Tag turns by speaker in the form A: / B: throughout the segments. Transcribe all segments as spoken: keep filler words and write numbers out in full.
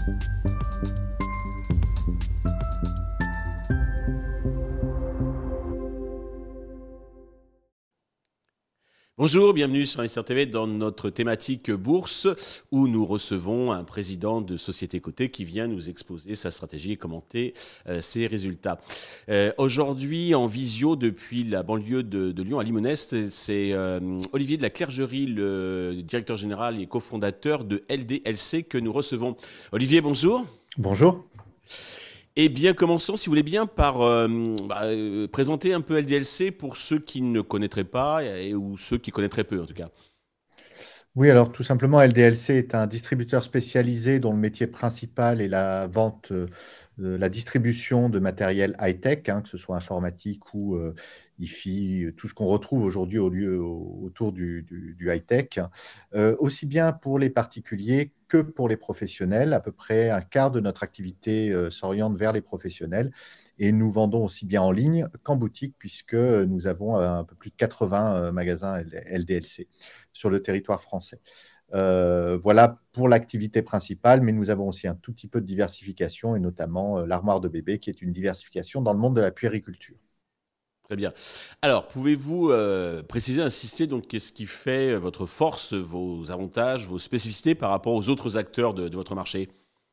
A: Bonjour, bienvenue sur Investir T V dans notre thématique bourse où nous recevons un président de société cotée qui vient nous exposer sa stratégie et commenter euh, ses résultats. Euh, aujourd'hui en visio depuis la banlieue de, de Lyon à Limonest, c'est euh, Olivier de la Clergerie, le directeur général et cofondateur de L D L C que nous recevons. Olivier, bonjour.
B: Bonjour.
A: Eh bien, commençons, si vous voulez bien, par euh, bah, euh, présenter un peu L D L C pour ceux qui ne connaîtraient pas et, ou ceux qui connaîtraient peu, en tout cas.
B: Oui, alors tout simplement, L D L C est un distributeur spécialisé dont le métier principal est la vente, euh, la distribution de matériel high-tech, hein, que ce soit informatique ou euh, hi-fi, tout ce qu'on retrouve aujourd'hui au lieu, au, autour du, du, du high-tech, euh, aussi bien pour les particuliers que pour les professionnels. À peu près un quart de notre activité euh, s'oriente vers les professionnels et nous vendons aussi bien en ligne qu'en boutique puisque nous avons un peu plus de quatre-vingts magasins L D L C sur le territoire français. Euh, voilà pour l'activité principale, mais nous avons aussi un tout petit peu de diversification et notamment euh, l'armoire de bébé qui est une diversification dans le monde de la puériculture.
A: Très bien. Alors, pouvez-vous euh, préciser, insister, donc, qu'est-ce qui fait votre force, vos avantages, vos spécificités par rapport aux autres acteurs de, de votre marché ?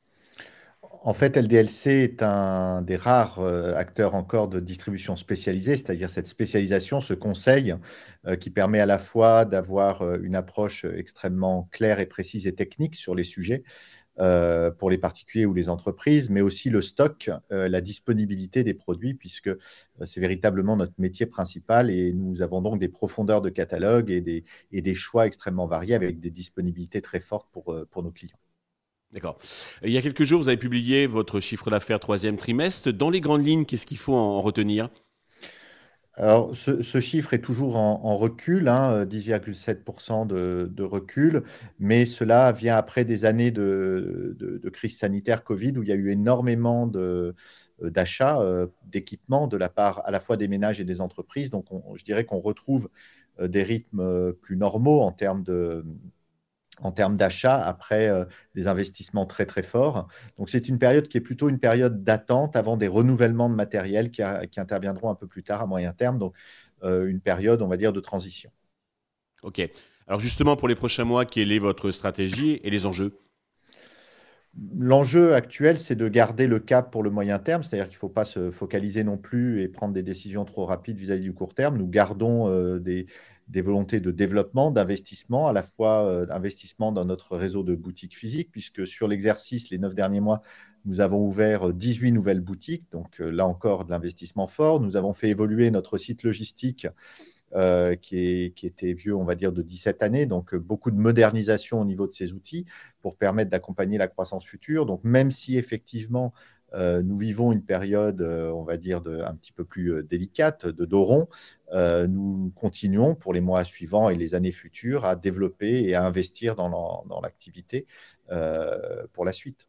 B: En fait, L D L C est un des rares euh, acteurs encore de distribution spécialisée, c'est-à-dire cette spécialisation, ce conseil euh, qui permet à la fois d'avoir euh, une approche extrêmement claire et précise et technique sur les sujets euh, pour les particuliers ou les entreprises, mais aussi le stock, euh, la disponibilité des produits, puisque euh, c'est véritablement notre métier principal et nous avons donc des profondeurs de catalogue et des, et des choix extrêmement variés avec des disponibilités très fortes pour, euh, pour nos clients.
A: D'accord. Il y a quelques jours, vous avez publié votre chiffre d'affaires troisième trimestre. Dans les grandes lignes, qu'est-ce qu'il faut en retenir ?
B: Alors, ce, ce chiffre est toujours en, en recul, hein, dix virgule sept pour cent de, de recul, mais cela vient après des années de, de, de crise sanitaire Covid où il y a eu énormément de, d'achats, euh, d'équipements de la part à la fois des ménages et des entreprises. Donc, on, je dirais qu'on retrouve euh, des rythmes euh, plus normaux en termes de en termes d'achat après euh, des investissements très très forts. Donc c'est une période qui est plutôt une période d'attente avant des renouvellements de matériel qui, a, qui interviendront un peu plus tard à moyen terme. Donc euh, une période, on va dire, de transition.
A: Ok. Alors justement, pour les prochains mois, quelle est votre stratégie et les enjeux ?
B: L'enjeu actuel, c'est de garder le cap pour le moyen terme, c'est-à-dire qu'il ne faut pas se focaliser non plus et prendre des décisions trop rapides vis-à-vis du court terme. Nous gardons euh, des, des volontés de développement, d'investissement, à la fois euh, d'investissement dans notre réseau de boutiques physiques, puisque sur l'exercice, les neuf derniers mois, nous avons ouvert dix-huit nouvelles boutiques, donc euh, là encore de l'investissement fort. Nous avons fait évoluer notre site logistique Euh, qui, est, qui était vieux, on va dire, de dix-sept années. Donc, euh, beaucoup de modernisation au niveau de ces outils pour permettre d'accompagner la croissance future. Donc, même si effectivement, euh, nous vivons une période, euh, on va dire, de, un petit peu plus euh, délicate, de dos rond, euh, nous continuons pour les mois suivants et les années futures à développer et à investir dans, l'en, dans l'activité euh, pour la suite.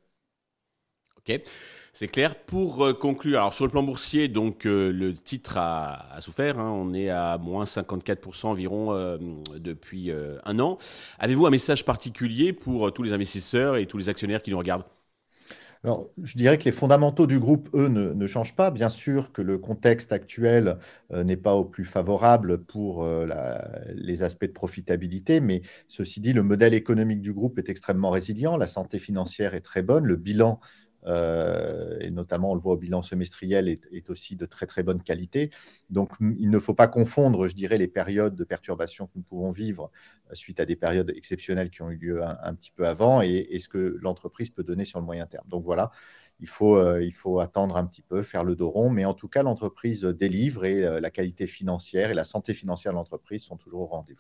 A: Ok, c'est clair. Pour euh, conclure, alors sur le plan boursier, donc euh, le titre a, a souffert. Hein, on est à moins cinquante-quatre pour cent environ euh, depuis euh, un an. Avez-vous un message particulier pour euh, tous les investisseurs et tous les actionnaires qui nous regardent ?
B: Alors, je dirais que les fondamentaux du groupe, eux, ne, ne changent pas. Bien sûr que le contexte actuel euh, n'est pas au plus favorable pour euh, la, les aspects de profitabilité, mais ceci dit, le modèle économique du groupe est extrêmement résilient, la santé financière est très bonne, le bilan, euh, et notamment on le voit au bilan semestriel, est, est aussi de très très bonne qualité. Donc, il ne faut pas confondre, je dirais, les périodes de perturbation que nous pouvons vivre suite à des périodes exceptionnelles qui ont eu lieu un, un petit peu avant et, et ce que l'entreprise peut donner sur le moyen terme. Donc voilà, il faut, euh, il faut attendre un petit peu, faire le dos rond, mais en tout cas, l'entreprise délivre et euh, la qualité financière et la santé financière de l'entreprise sont toujours au rendez-vous.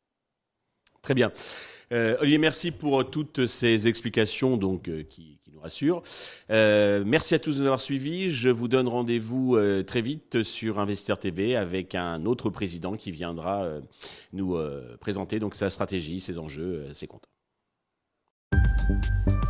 A: Très bien. Euh, Olivier, merci pour toutes ces explications donc, euh, qui, qui nous rassurent. Euh, merci à tous de nous avoir suivis. Je vous donne rendez-vous euh, très vite sur Investir T V avec un autre président qui viendra euh, nous euh, présenter donc, sa stratégie, ses enjeux, euh, ses comptes.